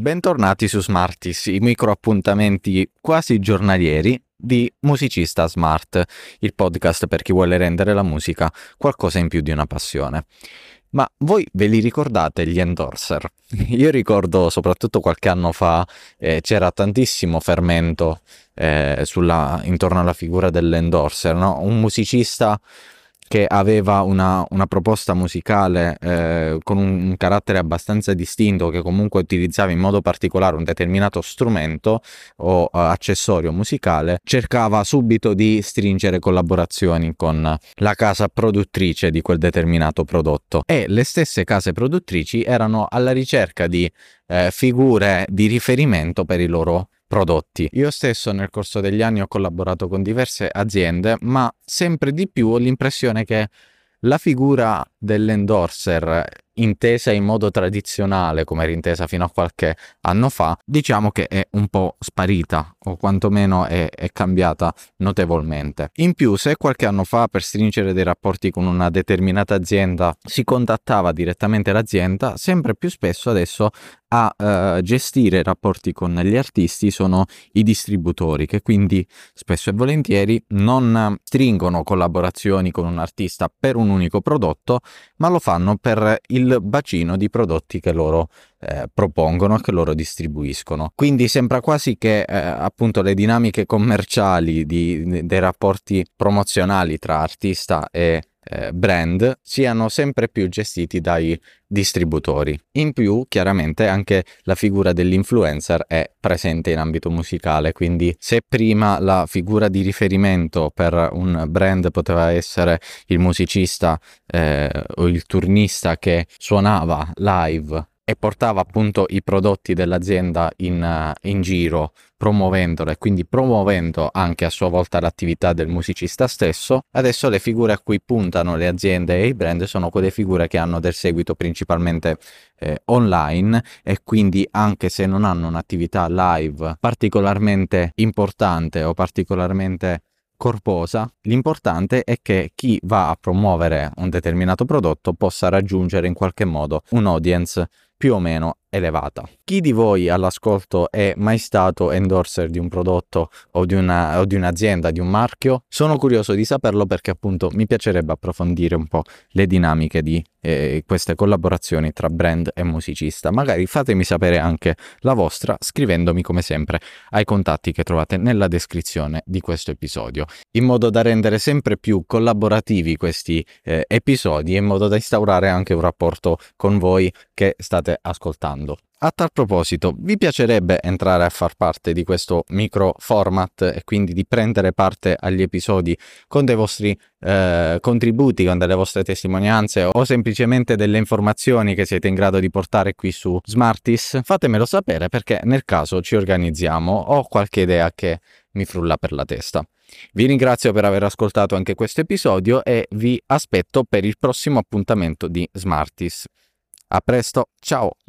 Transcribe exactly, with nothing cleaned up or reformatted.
Bentornati su Smartis, i micro appuntamenti quasi giornalieri di Musicista Smart, il podcast per chi vuole rendere la musica qualcosa in più di una passione. Ma voi ve li ricordate gli endorser? Io ricordo soprattutto qualche anno fa eh, c'era tantissimo fermento eh, sulla, intorno alla figura dell'endorser, no? Un musicista che aveva una, una proposta musicale eh, con un, un carattere abbastanza distinto, che comunque utilizzava in modo particolare un determinato strumento o uh, accessorio musicale, cercava subito di stringere collaborazioni con la casa produttrice di quel determinato prodotto, e le stesse case produttrici erano alla ricerca di eh, figure di riferimento per i loro prodotti. Io stesso nel corso degli anni ho collaborato con diverse aziende, ma sempre di più ho l'impressione che la figura dell'endorser, intesa in modo tradizionale come era intesa fino a qualche anno fa, diciamo che è un po' sparita, o quantomeno è, è cambiata notevolmente. In più, se qualche anno fa per stringere dei rapporti con una determinata azienda si contattava direttamente l'azienda, sempre più spesso adesso a uh, gestire i rapporti con gli artisti sono i distributori, che quindi spesso e volentieri non stringono collaborazioni con un artista per un unico prodotto, ma lo fanno per il bacino di prodotti che loro eh, propongono e che loro distribuiscono. Quindi sembra quasi che eh, appunto le dinamiche commerciali di, dei rapporti promozionali tra artista e Eh, brand siano sempre più gestiti dai distributori. In più, chiaramente, anche la figura dell'influencer è presente in ambito musicale, quindi se prima la figura di riferimento per un brand poteva essere il musicista eh, o il turnista che suonava live e portava appunto i prodotti dell'azienda in, uh, in giro, promuovendolo e quindi promuovendo anche a sua volta l'attività del musicista stesso, adesso le figure a cui puntano le aziende e i brand sono quelle figure che hanno del seguito principalmente eh, online, e quindi anche se non hanno un'attività live particolarmente importante o particolarmente corposa, l'importante è che chi va a promuovere un determinato prodotto possa raggiungere in qualche modo un audience più o meno elevata. Chi di voi all'ascolto è mai stato endorser di un prodotto o di, una, o di un'azienda, di un marchio? Sono curioso di saperlo, perché appunto mi piacerebbe approfondire un po' le dinamiche di eh, queste collaborazioni tra brand e musicista. Magari fatemi sapere anche la vostra scrivendomi come sempre ai contatti che trovate nella descrizione di questo episodio, in modo da rendere sempre più collaborativi questi eh, episodi e in modo da instaurare anche un rapporto con voi che state ascoltando. A tal proposito, vi piacerebbe entrare a far parte di questo micro format e quindi di prendere parte agli episodi con dei vostri eh, contributi, con delle vostre testimonianze o semplicemente delle informazioni che siete in grado di portare qui su Smartis? Fatemelo sapere, perché nel caso ci organizziamo. Ho qualche idea che mi frulla per la testa. Vi ringrazio per aver ascoltato anche questo episodio e vi aspetto per il prossimo appuntamento di Smartis. A presto, ciao!